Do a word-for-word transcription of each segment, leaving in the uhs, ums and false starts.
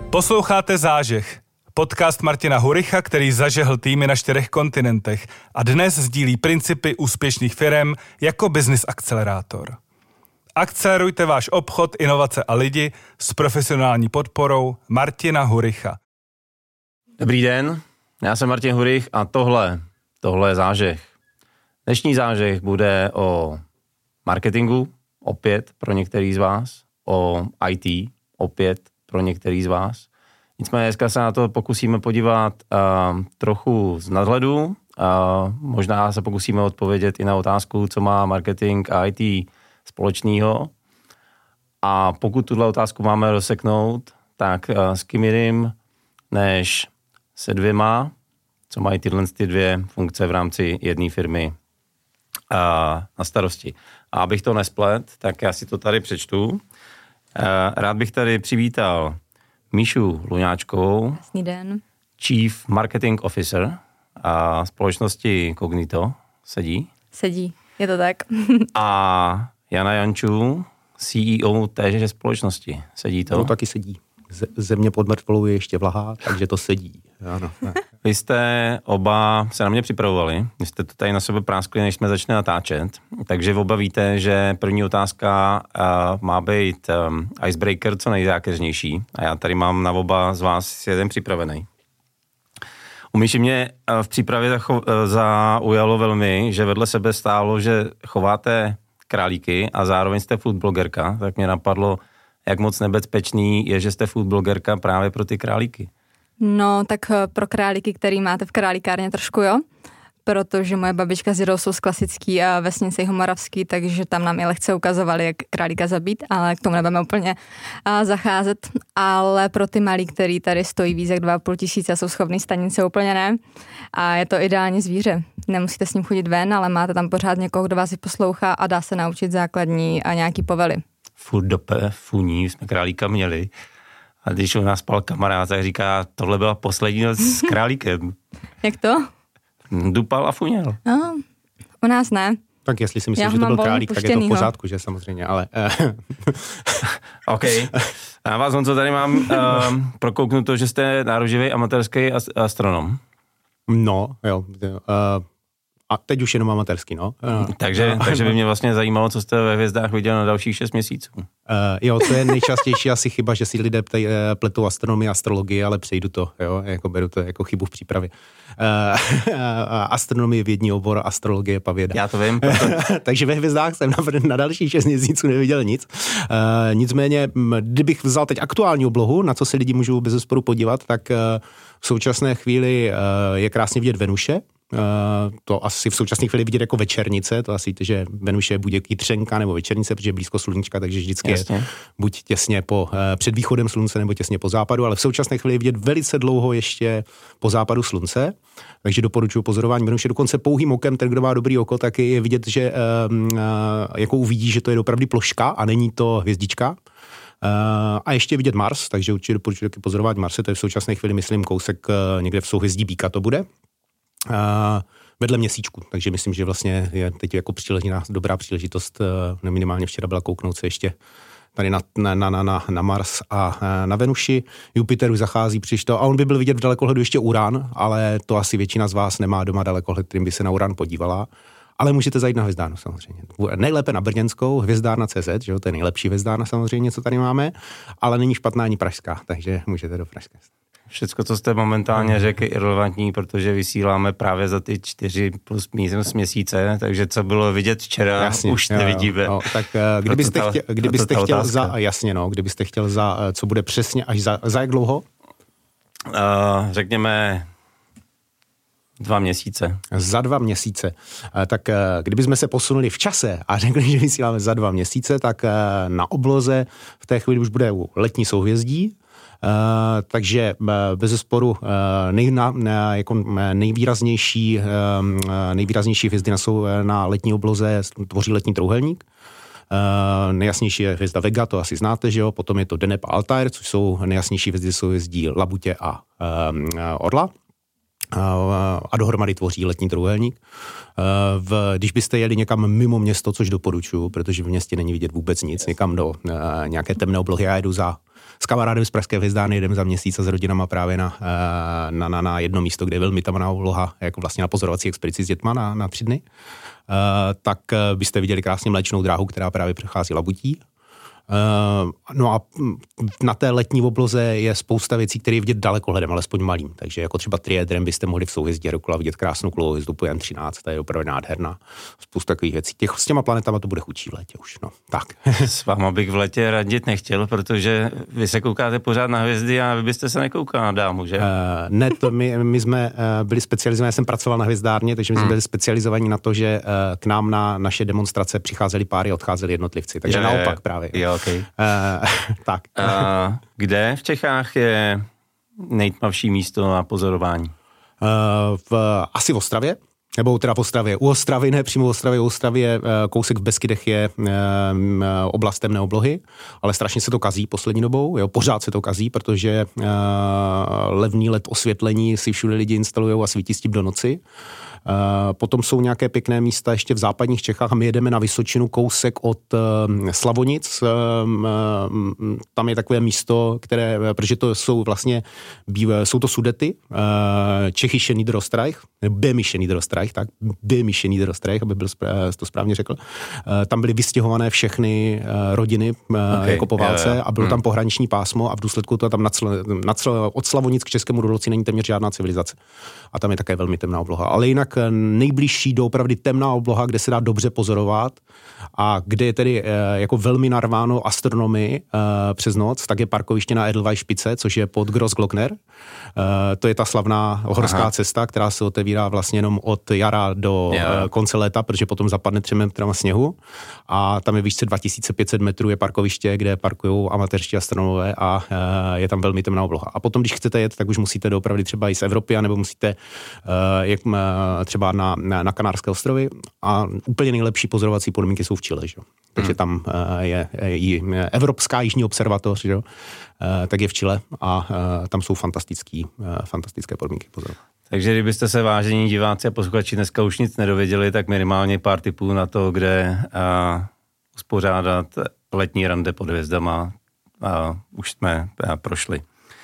Posloucháte Zážeh, podcast Martina Huricha, který zažehl týmy na čtyřech kontinentech a dnes sdílí principy úspěšných firem jako business akcelerátor. Akcelerujte váš obchod, inovace a lidi s profesionální podporou Martina Huricha. Dobrý den, já jsem Martin Hurich a tohle, tohle je Zážeh. Dnešní Zážeh bude o marketingu, opět pro některý z vás, o í té, opět pro některý z vás. Nicméně dneska se na to pokusíme podívat uh, trochu z nadhledu, uh, možná se pokusíme odpovědět i na otázku, co má marketing a í té společného. A pokud tuhle otázku máme rozseknout, tak uh, s kým jiným než se dvěma, co mají tyhle ty dvě funkce v rámci jedné firmy uh, na starosti. A abych to nesplet, tak já si to tady přečtu. Rád bych tady přivítal Míšu Luňáčkovou. Jasný den. Chief Marketing Officer a společnosti Cognito. Sedí? Sedí, je to tak. A Jana Jančů, C E O téže společnosti. Sedí to? No taky sedí. Země pod mrtvolou je ještě vlahá, takže to sedí. Ano. Vy jste oba se na mě připravovali, vy jste to tady na sebe práskli, než jsme začali natáčet, takže oba víte, že první otázka uh, má být um, icebreaker co nejzákeřnější a já tady mám na oba z vás jeden připravený. U Míši mě uh, v přípravě zacho- uh, zaujalo velmi, že vedle sebe stálo, že chováte králíky a zároveň jste food blogerka, tak mě napadlo, jak moc nebezpečný je, že jste food blogerka právě pro ty králíky. No, tak pro králíky, který máte v králíkárně trošku, jo. Protože moje babička s dědou jsou z klasický a vesnice Jihomoravský, takže tam nám je lehce ukazovali, jak králíka zabít, ale k tomu nebudeme úplně a, zacházet. Ale pro ty malí, který tady stojí víc jak dva a půl tisíce a jsou schopný stanice, úplně ne. A je to ideální zvíře. Nemusíte s ním chodit ven, ale máte tam pořád někoho, kdo vás poslouchá a dá se naučit základní a nějaký povely. Furt dope, funí, jsme králíka měli. A když u nás spal kamarád, tak říká, tohle byla poslední noc s králíkem. Jak to? Dupal a funěl. No, u nás ne. Tak jestli si myslím, že to byl králík, tak je to v pořádku, že samozřejmě, ale... OK. A vás, Honzo, tady mám uh, prokouknuto, že jste nároživý amatérský astronom. No, jo. Uh, a teď už jenom amatérský, no. Uh, takže, uh, takže by mě vlastně zajímalo, co jste ve hvězdách viděl na dalších šest měsíců. Uh, jo, to je nejčastější asi chyba, že si lidé ptej, pletou astronomii a astrologii, ale přejdu to, jo, jako beru to jako chybu v přípravě. Uh, astronomie vědní obor, astrologie pavěda. Já to vím. Proto... Takže ve hvězdách jsem na, na dalších šest měsíců neviděl nic. Uh, nicméně, kdybych vzal teď aktuální oblohu, na co se lidi můžou bez zesporu podívat, tak uh, v současné chvíli uh, je krásně vidět Venuše. Uh, to asi v současné chvíli vidět jako večernice, to asi víte, že Venuše je buď jitřenka nebo večernice, protože je blízko sluníčka, takže vždycky Jasně. je buď těsně po, uh, před východem slunce nebo těsně po západu, ale v současné chvíli je vidět velice dlouho ještě po západu slunce, takže doporučuji pozorování Venuše, dokonce pouhým okem, ten, kdo má dobrý oko, tak je vidět, že uh, uh, jako uvidí, že to je opravdu ploška a není to hvězdička. Uh, a ještě vidět Mars, takže určitě doporučuji taky pozorování Marse, to je v současné chvíli, myslím, kousek uh, někde v souhvězdí Býka to bude. Uh, vedle měsíčku, takže myslím, že vlastně je teď jako příležitost, dobrá příležitost, uh, minimálně včera byla kouknout se ještě tady na, na, na, na, na Mars a uh, na Venuši. Jupiter už zachází příliš to a on by byl vidět v dalekohledu ještě Uran, ale to asi většina z vás nemá doma dalekohled, kterým by se na Uran podívala. Ale můžete zajít na hvězdárnu samozřejmě. Nejlépe na brněnskou, hvězdárna tečka cé zet, že jo, to je nejlepší hvězdárna samozřejmě, co tady máme, ale není špatná ani pražská, takže můžete do pražské. Všecko, co jste momentálně řekl, je irrelevantní, protože vysíláme právě za ty čtyři plus minus měsíce, takže co bylo vidět včera, jasně, už nevidíme. Jo, no, tak kdybyste chtěl, kdybyste chtěl za, jasně no, kdybyste chtěl za, co bude přesně, až za, za jak dlouho? Uh, řekněme dva měsíce. Za dva měsíce. Tak kdybychom se posunuli v čase a řekli, že vysíláme za dva měsíce, tak na obloze v té chvíli už bude letní souhvězdí. Uh, takže uh, bezesporu uh, nej, na, na, jako nejvýraznější, uh, nejvýraznější hvězdy jsou na letní obloze, tvoří letní trouhelník. Uh, nejjasnější je hvězda Vega, to asi znáte, že jo? Potom je to Deneb a Altair, což jsou nejjasnější hvězdy, souhvězdí Labutě a uh, Orla. a dohromady tvoří letní trojúhelník. V, když byste jeli někam mimo město, což doporučuji, protože v městě není vidět vůbec nic, někam do nějaké temné oblohy, já jedu za s kamarádem z Pražské Hvězdárny, jedeme za měsíc a s rodinama právě na, na, na, na jedno místo, kde je velmi temná obloha, jako vlastně na pozorovací expedici s dětma na, na tři dny, tak byste viděli krásně Mléčnou dráhu, která právě přechází Labutí. Uh, no a na té letní obloze je spousta věcí, které je vidět dalekohledem, alespoň malým. Takže jako třeba triedrem byste mohli v souhvězdí Herkula vidět krásnou kulovou hvězdu po Jan třináct, ta je opravdu nádherná. Spousta takových věcí. Těch, s těma planetama to bude chudší v létě už. No, tak. S váma bych v létě radit nechtěl, protože vy se koukáte pořád na hvězdy a vy byste se nekoukal na dámu, že? Uh, ne, to my, my jsme uh, byli specializovaní, já jsem pracoval na hvězdárně, takže my jsme hmm. byli specializovaní na to, že uh, k nám na naše demonstrace přicházeli páry, odcházeli jednotlivci. Takže je, naopak právě. Jo, okay. Uh, tak. Uh, kde v Čechách je nejtmavší místo na pozorování? Uh, v, asi v Ostravě, nebo teda v Ostravě. U Ostravy, ne přímo v Ostravě, u Ostravě kousek v Beskydech je uh, oblast temné oblohy, ale strašně se to kazí poslední dobou, jo, pořád se to kazí, protože uh, levný led osvětlení si všude lidi instalujou a svítí s tím do noci. Uh, potom jsou nějaké pěkné místa ještě v západních Čechách a my jedeme na Vysočinu kousek od uh, Slavonic. Uh, uh, tam je takové místo, které, protože to jsou vlastně, jsou to Sudety, uh, Čechische Niederösterreich, Böhmische Niederösterreich, tak, Böhmische Niederösterreich, aby byl to správně řekl. Uh, tam byly vystěhované všechny uh, rodiny uh, okay, jako po válce yeah, yeah. a bylo hmm. tam pohraniční pásmo a v důsledku to tam nad, nad, od Slavonic k Českému Rudolci není téměř žádná civilizace. A tam je také velmi temná obloha. Ale jinak nejbližší doopravdy temná obloha, kde se dá dobře pozorovat a kde je tedy e, jako velmi narváno astronomii e, přes noc, tak je parkoviště na Edelweiss-Špice, což je pod Grossglockner. E, to je ta slavná horská Aha. cesta, která se otevírá vlastně jenom od jara do yeah. e, konce léta, protože potom zapadne třemi metrama sněhu a tam je výšce dva tisíce pět set metrů je parkoviště, kde parkují amatérští astronomové a e, je tam velmi temná obloha. A potom, když chcete jet, tak už musíte doopravdy třeba i z Evropy, nebo musíte e, jak, e, třeba na, na, na Kanárské ostrovy a úplně nejlepší pozorovací podmínky jsou v Chile, že? Takže tam uh, je, je, je Evropská jižní observatoř, že? Uh, tak je v Chile a uh, tam jsou fantastický, uh, fantastické podmínky pozorovat. Takže kdybyste se, vážení diváci a posluchači, dneska už nic nedověděli, tak minimálně pár tipů na to, kde uh, uspořádat letní rande pod hvězdama uh, už jsme uh, prošli.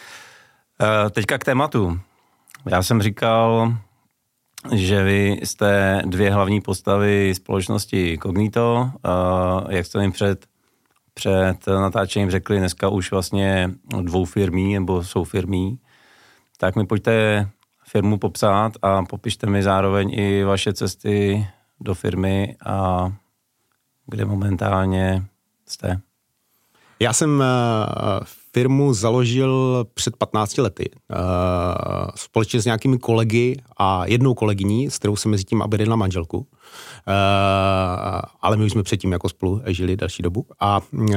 Uh, teďka k tématu. Já jsem říkal, že vy jste dvě hlavní postavy společnosti Cognito. Jak jste jim před, před natáčením řekli, dneska už vlastně dvoufirmí nebo soufirmí. Tak mi pojďte firmu popsat a popište mi zároveň i vaše cesty do firmy a kde momentálně jste. Já jsem firmu založil před patnácti lety společně s nějakými kolegy a jednou kolegyní, s kterou jsem mezi tím abydlil manželku. Ale my už jsme předtím jako spolu žili další dobu. A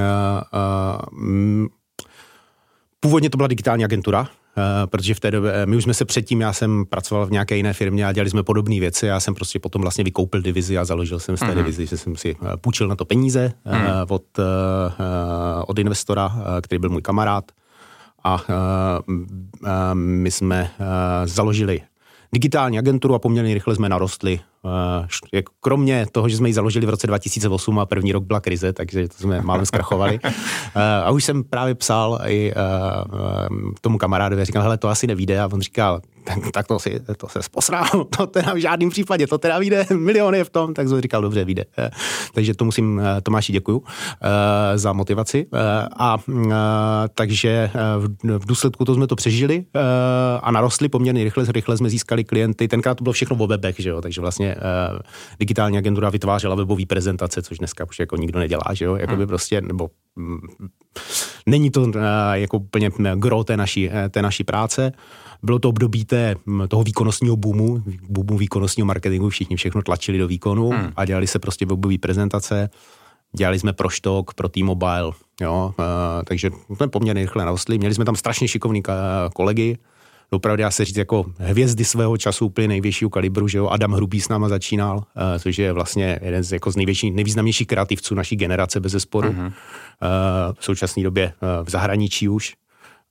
původně to byla digitální agentura, Uh, protože v té době, my už jsme se předtím, já jsem pracoval v nějaké jiné firmě a dělali jsme podobné věci, já jsem prostě potom vlastně vykoupil divizi a založil jsem z té mm. divizi, že jsem si uh, půjčil na to peníze mm. uh, od, uh, od investora, uh, který byl můj kamarád a uh, uh, my jsme uh, založili digitální agenturu a poměrně rychle jsme narostli. Uh, kromě toho, že jsme ji založili v roce dva tisíce osm a první rok byla krize, takže to jsme málem zkrachovali. Uh, a už jsem právě psal i uh, uh, tomu kamarádovi, říkal, hele, to asi nevíde. A on říkal, tak, tak to, si, to se posrál, to teda v žádném případě, to teda vyjde, miliony je v tom, tak jsem říkal, dobře, vyjde. Uh, takže to musím, uh, Tomáši, děkuju uh, za motivaci. Uh, a uh, takže uh, v, v důsledku to jsme to přežili uh, a narostli poměrně rychle, rychle jsme získali klienty. Tenkrát to bylo všechno o webech, že jo, takže vlastně Uh, digitální agentura vytvářela webové prezentace, což dneska už jako nikdo nedělá, že jo, jakoby hmm. prostě, nebo mm, není to uh, jako úplně gro té naší, té naší práce. Bylo to období té, toho výkonnostního boomu, boomu výkonnostního marketingu, všichni všechno tlačili do výkonu hmm. a dělali se prostě webové prezentace. Dělali jsme pro Štok, pro T-Mobile, jo, uh, takže jsme poměrně rychle narostli. Měli jsme tam strašně šikovný kolegy, opravdu dá se říct jako hvězdy svého času úplně největšího kalibru, že jo, Adam Hrubý s náma začínal, uh, což je vlastně jeden z, jako z největší, nejvýznamnějších kreativců naší generace bezesporu. Uh-huh. Uh, v současné době uh, v zahraničí už.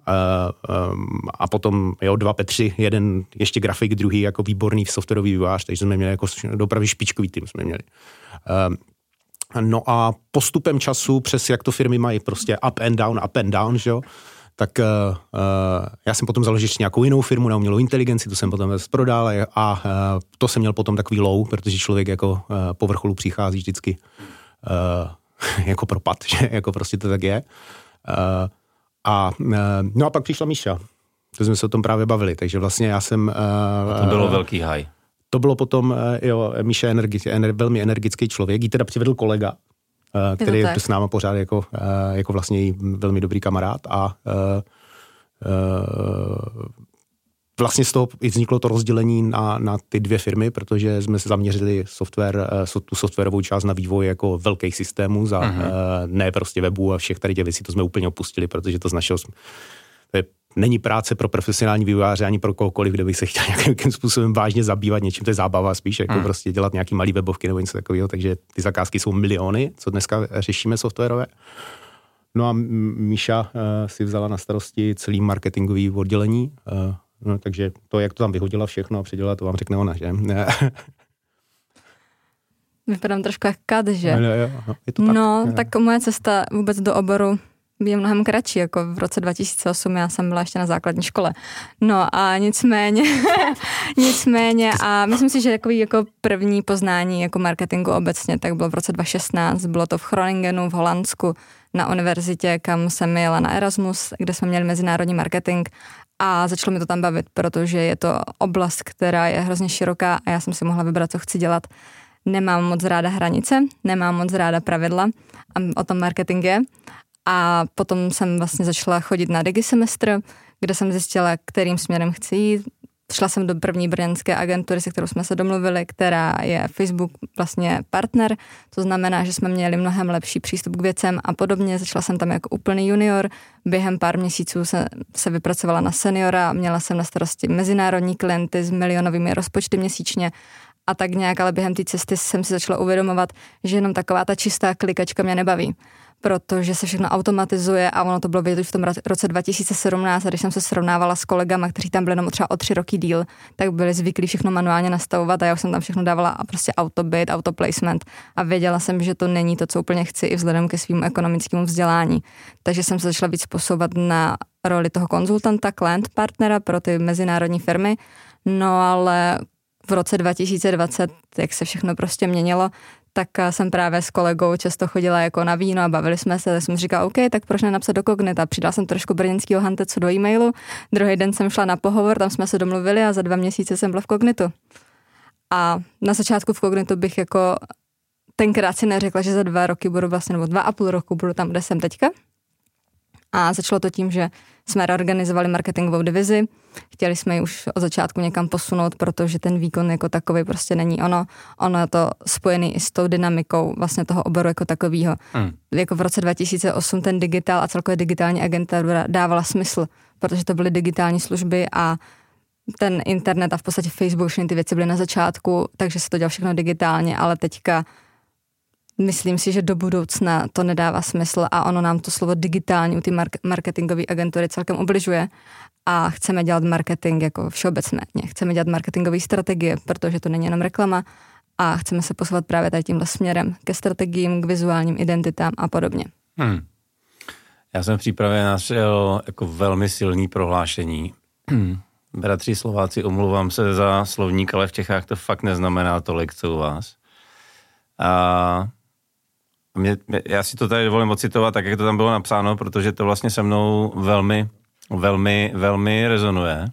um, a potom jo, dva Petři, jeden ještě grafik, druhý jako výborný softwarový vývojář, takže jsme měli jako dopravy špičkový tým jsme měli. Um, no a postupem času, přes jak to firmy mají, prostě up and down, up and down, že jo, tak uh, uh, já jsem potom založil ještě nějakou jinou firmu na umělou inteligenci, to jsem potom prodal a uh, to jsem měl potom takový low, protože člověk jako uh, po vrcholu přichází vždycky uh, jako propad, že jako prostě to tak je. Uh, a uh, no a pak přišla Míša, to jsme se o tom právě bavili, takže vlastně já jsem... Uh, to bylo velký high. To bylo potom, uh, jo, Míša je energi, ener, velmi energický člověk, jí teda přivedl kolega, který je s náma pořád jako, jako vlastně velmi dobrý kamarád a uh, uh, vlastně z toho vzniklo to rozdělení na, na ty dvě firmy, protože jsme se zaměřili software, tu softwarovou část na vývoj jako velkých systémů, za, uh-huh. uh, ne prostě webu a všech tady těch věcí, to jsme úplně opustili, protože to z našeho, to je, není práce pro profesionální vývojáře ani pro kohokoliv, kde bych se chtěl nějakým způsobem vážně zabývat něčím, to je zábava spíš, jako hmm. prostě dělat nějaký malý webovky nebo něco takového, takže ty zakázky jsou miliony, co dneska řešíme softwarové. No a Míša uh, si vzala na starosti celý marketingový oddělení, uh, no, takže to, jak to tam vyhodila všechno a předělala, to vám řekne ona, že? Vypadám trošku jak kad, že? No, jo, no, je to tak. No, tak moje cesta vůbec do oboru je mnohem kratší, jako v roce dva tisíce osm já jsem byla ještě na základní škole. No a nicméně, nicméně a myslím si, že takový jako první poznání jako marketingu obecně, tak bylo v roce dva tisíce šestnáct, bylo to v Groningenu v Holandsku na univerzitě, kam jsem jela na Erasmus, kde jsme měli mezinárodní marketing a začalo mi to tam bavit, protože je to oblast, která je hrozně široká a já jsem si mohla vybrat, co chci dělat. Nemám moc ráda hranice, nemám moc ráda pravidla a o tom marketing je. A potom jsem vlastně začala chodit na digisemestr, kde jsem zjistila, kterým směrem chci jít. Šla jsem do první brněnské agentury, se kterou jsme se domluvili, která je Facebook vlastně partner. To znamená, že jsme měli mnohem lepší přístup k věcem a podobně. Začala jsem tam jako úplný junior. Během pár měsíců se, se vypracovala na seniora. Měla jsem na starosti mezinárodní klienty s milionovými rozpočty měsíčně. A tak nějak, ale během té cesty jsem si začala uvědomovat, že jenom taková ta čistá klikačka mě nebaví. Protože se všechno automatizuje a ono to bylo vidět už v tom roce dva tisíce sedmnáct a když jsem se srovnávala s kolegama, kteří tam byli jenom třeba o tři roky díl, tak byli zvyklí všechno manuálně nastavovat a já už jsem tam všechno dávala a prostě autobid, autoplacement a věděla jsem, že to není to, co úplně chci i vzhledem ke svým ekonomickému vzdělání. Takže jsem se začala víc posouvat na roli toho konzultanta, client partnera pro ty mezinárodní firmy, no ale v roce dva tisíce dvacet, jak se všechno prostě měnilo, tak jsem právě s kolegou často chodila jako na víno a bavili jsme se, tak jsem říkala, OK, tak proč nenapsat do Kognita? Přidala jsem trošku brněnskýho hantecu do e-mailu, druhý den jsem šla na pohovor, tam jsme se domluvili a za dva měsíce jsem byla v Kognitu. A na začátku v Kognitu bych jako tenkrát si neřekla, že za dva roky budu vlastně, nebo dva a půl roku budu tam, kde jsem teďka. A začalo to tím, že jsme reorganizovali marketingovou divizi. Chtěli jsme ji už od začátku někam posunout, protože ten výkon jako takový prostě není ono. Ono je to spojený i s tou dynamikou vlastně toho oboru jako takového. Hmm. Jako v roce dva tisíce osm ten digitál a celkově digitální agentura dávala smysl, protože to byly digitální služby a ten internet a v podstatě Facebook, všechny ty věci byly na začátku, takže se to dělalo všechno digitálně, ale teďka myslím si, že do budoucna to nedává smysl a ono nám to slovo digitální u ty mark- marketingové agentury celkem ubližuje a chceme dělat marketing jako všeobecně. Chceme dělat marketingové strategie, protože to není jenom reklama a chceme se posouvat právě tady tímhle směrem ke strategiím, k vizuálním identitám a podobně. Hmm. Já jsem v přípravě našel jako velmi silný prohlášení. Bratři Slováci, omluvám se za slovník, ale v Čechách to fakt neznamená tolik, co u vás. A mě, já si to tady dovolím ocitovat tak, jak to tam bylo napsáno, protože to vlastně se mnou velmi, velmi, velmi rezonuje.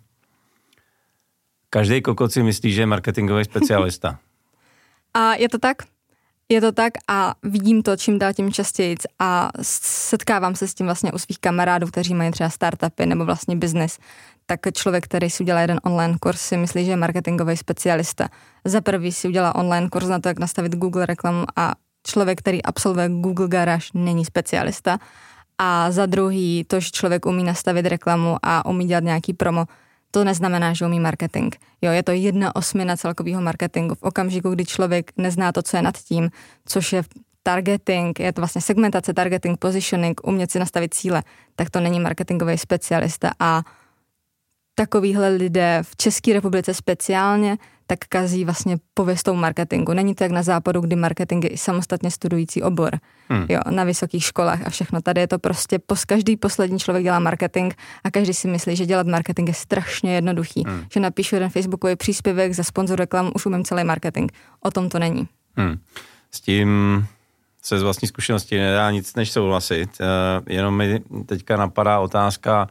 Každý kokot si myslí, že je marketingový specialista. A je to tak? Je to tak a vidím to čím dál tím častěji a setkávám se s tím vlastně u svých kamarádů, kteří mají třeba startupy nebo vlastně biznis. Tak člověk, který si udělá jeden online kurz, si myslí, že je marketingový specialista. Za prvý si udělá online kurz na to, jak nastavit Google reklamu a člověk, který absolvuje Google Garage, není specialista. A za druhý, to, že člověk umí nastavit reklamu a umí dělat nějaký promo, to neznamená, že umí marketing. Jo, je to jedna osmina celkového marketingu. V okamžiku, kdy člověk nezná to, co je nad tím, což je targeting, je to vlastně segmentace, targeting, positioning, umět si nastavit cíle, tak to není marketingový specialista a takovýhle lidé v České republice speciálně tak kazí vlastně pověstou marketingu. Není to jak na západu, kdy marketing je i samostatně studující obor. Hmm. Jo, na vysokých školách a všechno. Tady je to prostě, pos, každý poslední člověk dělá marketing a každý si myslí, že dělat marketing je strašně jednoduchý. Hmm. Že napíšu jeden facebookový příspěvek, za sponzor reklamu, už umím celý marketing. O tom to není. Hmm. S tím se z vlastní zkušenosti nedá nic než souhlasit. Uh, jenom mi teďka napadá otázka,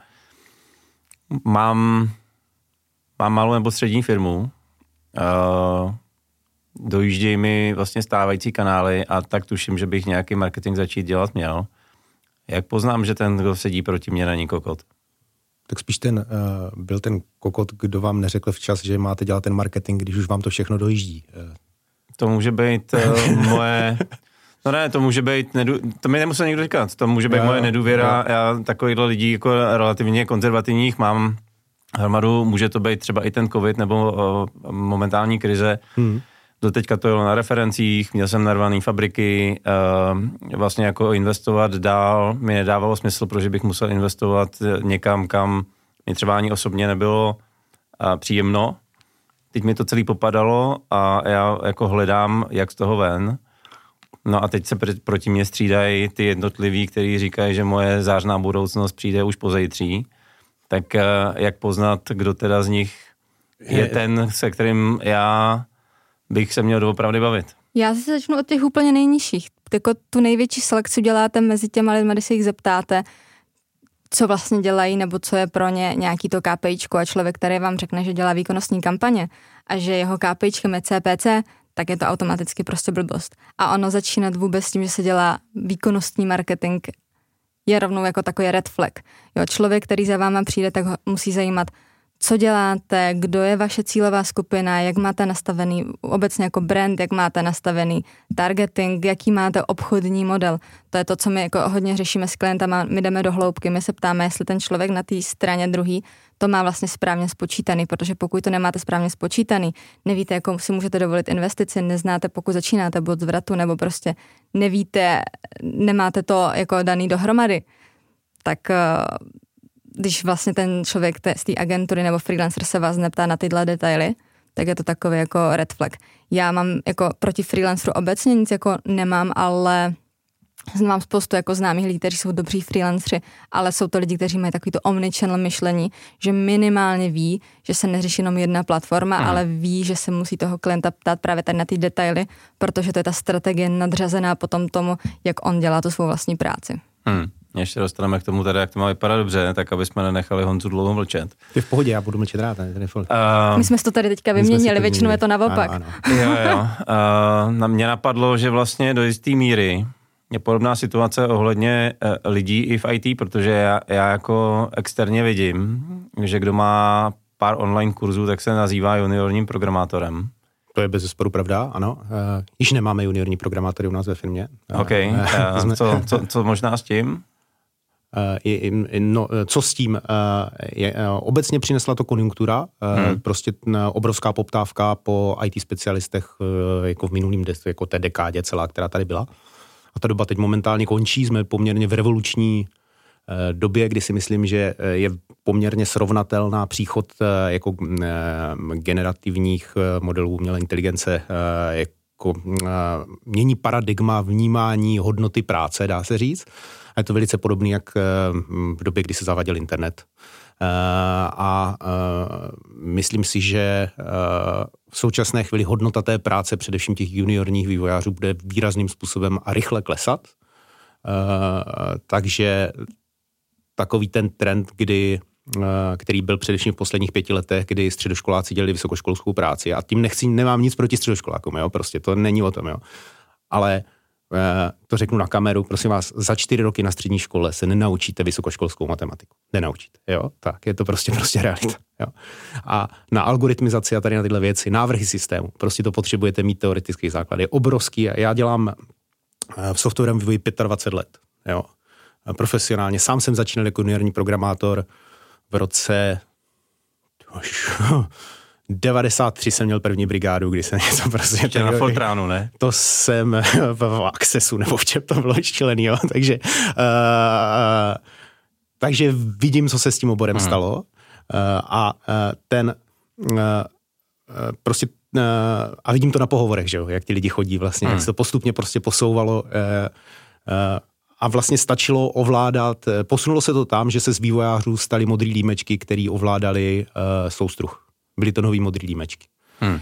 mám, mám malou nebo střední firmu, uh, dojíždějí mi vlastně stávající kanály a tak tuším, že bych nějaký marketing začít dělat měl. Jak poznám, že ten, kdo sedí proti mně, není kokot? Tak spíš ten, uh, byl ten kokot, kdo vám neřekl včas, že máte dělat ten marketing, když už vám to všechno dojíždí. Uh. To může být uh, moje... No ne, to může být, nedů... to mi nemusel nikdo říkat, to může být jo, moje nedůvěra, jo. Já takovýhle lidí jako relativně konzervativních mám hromadu, může to být třeba i ten covid nebo uh, momentální krize. Hmm. Doteďka to jelo na referencích, měl jsem narvaný fabriky, uh, vlastně jako investovat dál mi nedávalo smysl, protože bych musel investovat někam, kam mi třeba ani osobně nebylo uh, příjemno. Teď mi to celý popadalo a já jako hledám, jak z toho ven. No a teď se pr- proti mě střídají ty jednotliví, kteří říkají, že moje zářná budoucnost přijde už pozejtří. Tak uh, jak poznat, kdo teda z nich je, je ten, se kterým já bych se měl doopravdy bavit? Já se začnu od těch úplně nejnižších. Jako tu největší selekci děláte mezi těma lidmi, když se jich zeptáte, co vlastně dělají, nebo co je pro ně nějaký to KPIčko a člověk, který vám řekne, že dělá výkonnostní kampaně a že jeho KPIčkem je C P C, tak je to automaticky prostě blbost. A ono začínat vůbec s tím, že se dělá výkonnostní marketing, je rovnou jako takový red flag. Jo, člověk, který za váma přijde, tak ho musí zajímat, co děláte, kdo je vaše cílová skupina, jak máte nastavený obecně jako brand, jak máte nastavený targeting, jaký máte obchodní model. To je to, co my jako hodně řešíme s klientama, my jdeme do hloubky, my se ptáme, jestli ten člověk na té straně druhý to má vlastně správně spočítaný, protože pokud to nemáte správně spočítaný, nevíte, jakou si můžete dovolit investici, neznáte, pokud začínáte bod zvratu, nebo prostě nevíte, nemáte to jako daný dohromady, tak když vlastně ten člověk te, z té agentury nebo freelancer se vás neptá na tyhle detaily, tak je to takový jako red flag. Já mám jako proti freelanceru obecně nic jako nemám, ale znám spoustu jako známých lidí, kteří jsou dobří freelanceri, ale jsou to lidi, kteří mají takový to omnichannel myšlení, že minimálně ví, že se neřeší jenom jedna platforma, hmm. ale ví, že se musí toho klienta ptát právě tady na ty detaily, protože to je ta strategie nadřazená potom tomu, jak on dělá tu svou vlastní práci. Hmm. Ještě dostaneme k tomu teda, jak to má vypadat dobře, tak aby jsme nenechali Honzu dlouho mlčet. Ty v pohodě, já budu mlčet rád. Ne? Uh, My jsme to tady teďka vyměnili, většinou je to naopak. Ano, ano. Jo, jo. Uh, na mě napadlo, že vlastně do jisté míry je podobná situace ohledně uh, lidí i v í té, protože já, já jako externě vidím, že kdo má pár online kurzů, tak se nazývá juniorním programátorem. To je bezesporu pravda, ano. Uh, již nemáme juniorní programátory u nás ve firmě. OK, uh, uh, co, co, co možná s tím? Uh, no, co s tím? Uh, je, uh, obecně přinesla to konjunktura, uh, hmm. prostě uh, obrovská poptávka po í té specialistech uh, jako v minulým des, jako té dekádě celá, která tady byla. A ta doba teď momentálně končí, jsme poměrně v revoluční uh, době, kdy si myslím, že je poměrně srovnatelná příchod uh, jako uh, generativních uh, modelů umělé inteligence, uh, jako uh, mění paradigma vnímání hodnoty práce, dá se říct. A je to velice podobný, jak v době, kdy se zaváděl internet. A myslím si, že v současné chvíli hodnota té práce, především těch juniorních vývojářů, bude výrazným způsobem a rychle klesat. Takže takový ten trend, kdy, který byl především v posledních pěti letech, kdy středoškoláci dělali vysokoškolskou práci. A tím nechci, nemám nic proti středoškolákům, jo? Prostě to není o tom. Jo? Ale to řeknu na kameru, prosím vás, za čtyři roky na střední škole se nenaučíte vysokoškolskou matematiku. Nenaučíte, jo? Tak, je to prostě prostě realita, jo? A na algoritmizaci a tady na tyhle věci, návrhy systému, prostě to potřebujete mít teoretický základ. Je obrovský. Já dělám v softwarovém vývoji dvacet pět let, jo? Profesionálně. Sám jsem začínal jako juniorní programátor v roce devadesát tři jsem měl první brigádu, kdy jsem něco prostě... Ještě na Fortránu, ne? To jsem v Accessu, nebo v čem to bylo štílený, jo. Takže, uh, takže vidím, co se s tím oborem hmm. stalo. Uh, a uh, ten... Uh, prostě uh, a vidím to na pohovorech, že jo, jak ti lidi chodí vlastně, hmm. jak se to postupně prostě posouvalo uh, uh, a vlastně stačilo ovládat, posunulo se to tam, že se z vývojářů staly modrý límečky, který ovládali uh, soustruh. Byly to nový modrý límečky. Hmm. Uh,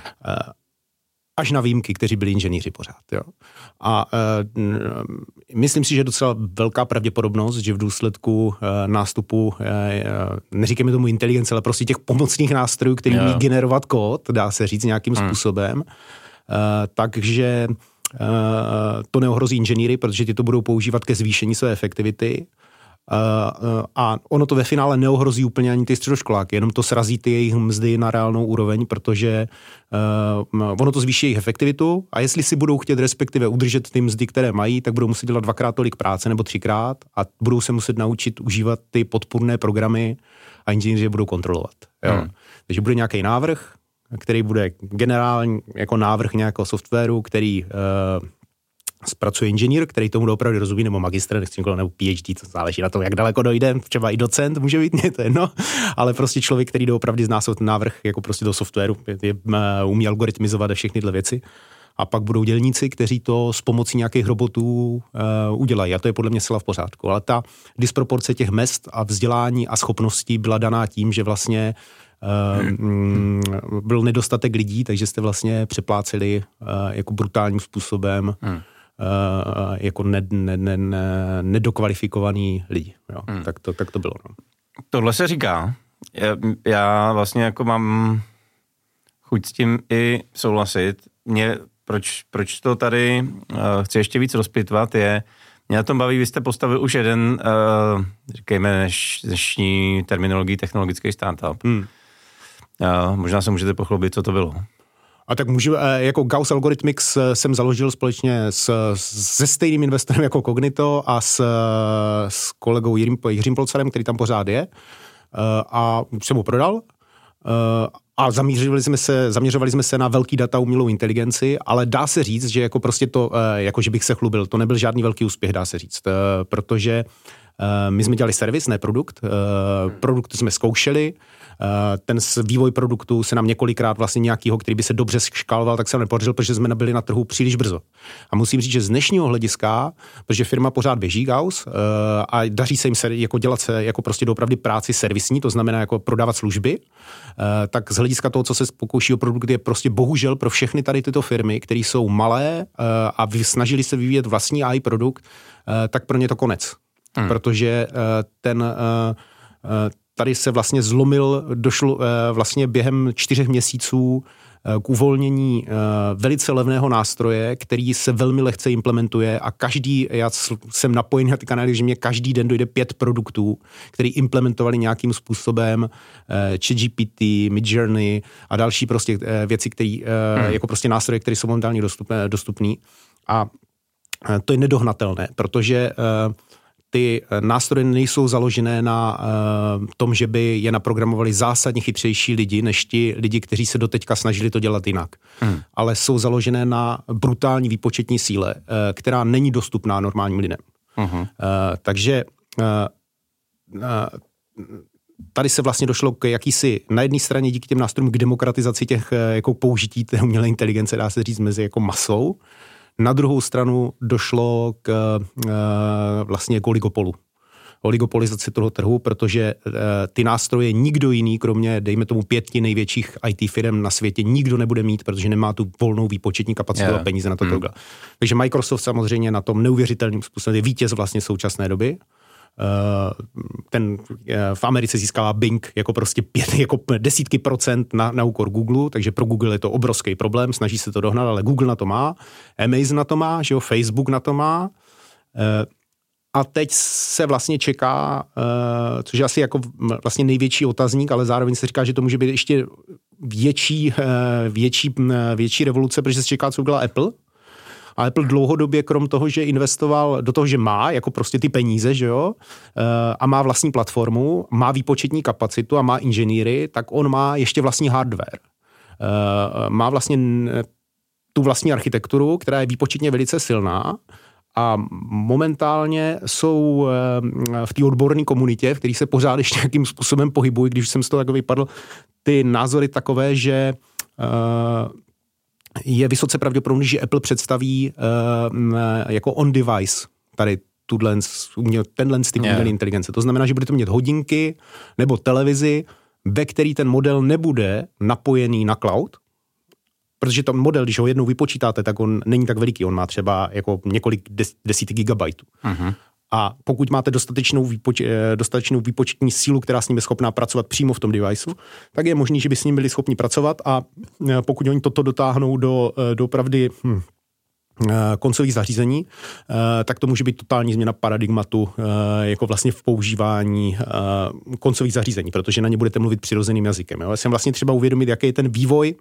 až na výjimky, kteří byli inženýři pořád. Jo. A uh, myslím si, že je docela velká pravděpodobnost, že v důsledku uh, nástupu, uh, neříkáme tomu inteligence, ale prostě těch pomocných nástrojů, který umí generovat kód, dá se říct nějakým hmm. způsobem, uh, takže uh, to neohrozí inženýry, protože ty to budou používat ke zvýšení své efektivity. Uh, uh, a ono to ve finále neohrozí úplně ani ty středoškoláky, jenom to srazí ty jejich mzdy na reálnou úroveň, protože uh, ono to zvýší jejich efektivitu a jestli si budou chtět respektive udržet ty mzdy, které mají, tak budou muset dělat dvakrát tolik práce nebo třikrát a budou se muset naučit užívat ty podpůrné programy a inženýři je budou kontrolovat. Jo. Hmm. Takže bude nějaký návrh, který bude generální jako návrh nějakého softwaru, který uh, zpracuje inženýr, který tomu opravdu rozumí, nebo magistr, nechci někoho, nebo PhD, to záleží na tom, jak daleko dojde, třeba i docent může být, mě to jedno, ale prostě člověk, který doopravdy zná ten návrh, jako prostě do softwaru, je, je, umí algoritmizovat a všechny tyhle věci. A pak budou dělníci, kteří to s pomocí nějakých robotů uh, udělají. A to je podle mě zcela v pořádku. Ale ta disproporce těch mezd a vzdělání a schopností byla daná tím, že vlastně uh, mm, byl nedostatek lidí, takže jste vlastně přepláceli uh, jako brutálním způsobem hmm. Uh, jako ne, ne, ne, ne, nedokvalifikovaný lidi. Jo. Hmm. Tak, to, tak to bylo. No. Tohle se říká. Já, já vlastně jako mám chuť s tím i souhlasit. Mě, proč, proč to tady uh, chci ještě víc rozpitvat, je, mě na tom baví, vy jste postavil už jeden, uh, říkejme, než, dnešní terminologii technologický startup. Hmm. Uh, možná se můžete pochlubit, co to bylo. A tak můžu, jako Gauss Algorithmics jsem založil společně s, se stejným investorem jako Cognito a s, s kolegou Jiřím, Jiřím Polcarem, který tam pořád je. A jsem mu prodal. A zaměřovali jsme se, zaměřovali jsme se na velký data, umělou inteligenci, ale dá se říct, že jako prostě to, jako že bych se chlubil, to nebyl žádný velký úspěch, dá se říct, protože my jsme dělali servis, ne produkt. Produkt jsme zkoušeli, ten vývoj produktu se nám několikrát vlastně nějakýho, který by se dobře škáloval, tak se nám nepodařil, protože jsme nebyli na trhu příliš brzo. A musím říct, že z dnešního hlediska, protože firma pořád běží Gauss a daří se jim se jako dělat se jako prostě doopravdy práci servisní, to znamená jako prodávat služby, tak z hlediska toho, co se pokouší o produkt, je prostě bohužel pro všechny tady tyto firmy, které jsou malé a snažili se vyvíjet vlastní á í produkt, tak pro ně to konec. Hmm. Protože ten tady se vlastně zlomil, došlo vlastně během čtyřech měsíců k uvolnění velice levného nástroje, který se velmi lehce implementuje a každý, já jsem napojený na ty kanály, že mě každý den dojde pět produktů, který implementovali nějakým způsobem ChatGPT, Midjourney a další prostě věci, které hmm. jako prostě nástroje, které jsou momentálně dostupné. A to je nedohnatelné, protože ty nástroje nejsou založené na uh, tom, že by je naprogramovali zásadně chytřejší lidi, než ti lidi, kteří se doteďka snažili to dělat jinak. Hmm. Ale jsou založené na brutální výpočetní síle, uh, která není dostupná normálním lidem. Uh-huh. Uh, takže uh, uh, tady se vlastně došlo k jakýsi, na jedné straně díky těm nástrojům k demokratizaci těch uh, jako použití té umělé inteligence, dá se říct, mezi jako masou. Na druhou stranu došlo k uh, vlastně k oligopolu. Oligopolizaci toho trhu, protože uh, ty nástroje nikdo jiný, kromě, dejme tomu, pěti největších í té firm na světě, nikdo nebude mít, protože nemá tu volnou výpočetní kapacitu yeah. a peníze na to. Hmm. Takže Microsoft samozřejmě na tom neuvěřitelným způsobem je vítěz vlastně současné doby. Uh, ten uh, v Americe získává Bing jako prostě pět, jako desítky procent na, na úkor Google, takže pro Google je to obrovský problém, snaží se to dohnat, ale Google na to má, Amazon na to má, že jo, Facebook na to má. Uh, a teď se vlastně čeká, uh, což je asi jako vlastně největší otazník, ale zároveň se říká, že to může být ještě větší, uh, větší, uh, větší revoluce, protože se čeká, co udělá Apple. A Apple dlouhodobě, krom toho, že investoval do toho, že má jako prostě ty peníze, že jo, a má vlastní platformu, má výpočetní kapacitu a má inženýry, tak on má ještě vlastní hardware. má vlastně tu vlastní architekturu, která je výpočetně velice silná a momentálně jsou v té odborné komunitě, v které se pořád ještě nějakým způsobem pohybují, když jsem z toho tak vypadl, ty názory takové, že je vysoce pravděpodobný, že Apple představí jako on-device tady tuhle, tenhle typ umělé yeah. inteligence. To znamená, že budete mít hodinky nebo televizi, ve který ten model nebude napojený na cloud, protože ten model, když ho jednou vypočítáte, tak on není tak veliký, on má třeba jako několik des, desítek gigabajtů. Uh-huh. A pokud máte dostatečnou, výpoč, dostatečnou výpočetní sílu, která s ním je schopná pracovat přímo v tom deviceu, tak je možný, že by s ním byli schopni pracovat a pokud oni toto dotáhnou do, do pravdy hm, koncových zařízení, tak to může být totální změna paradigmatu jako vlastně v používání koncových zařízení, protože na ně budete mluvit přirozeným jazykem. Jo? Já jsem vlastně třeba uvědomit, jaký je ten vývoj,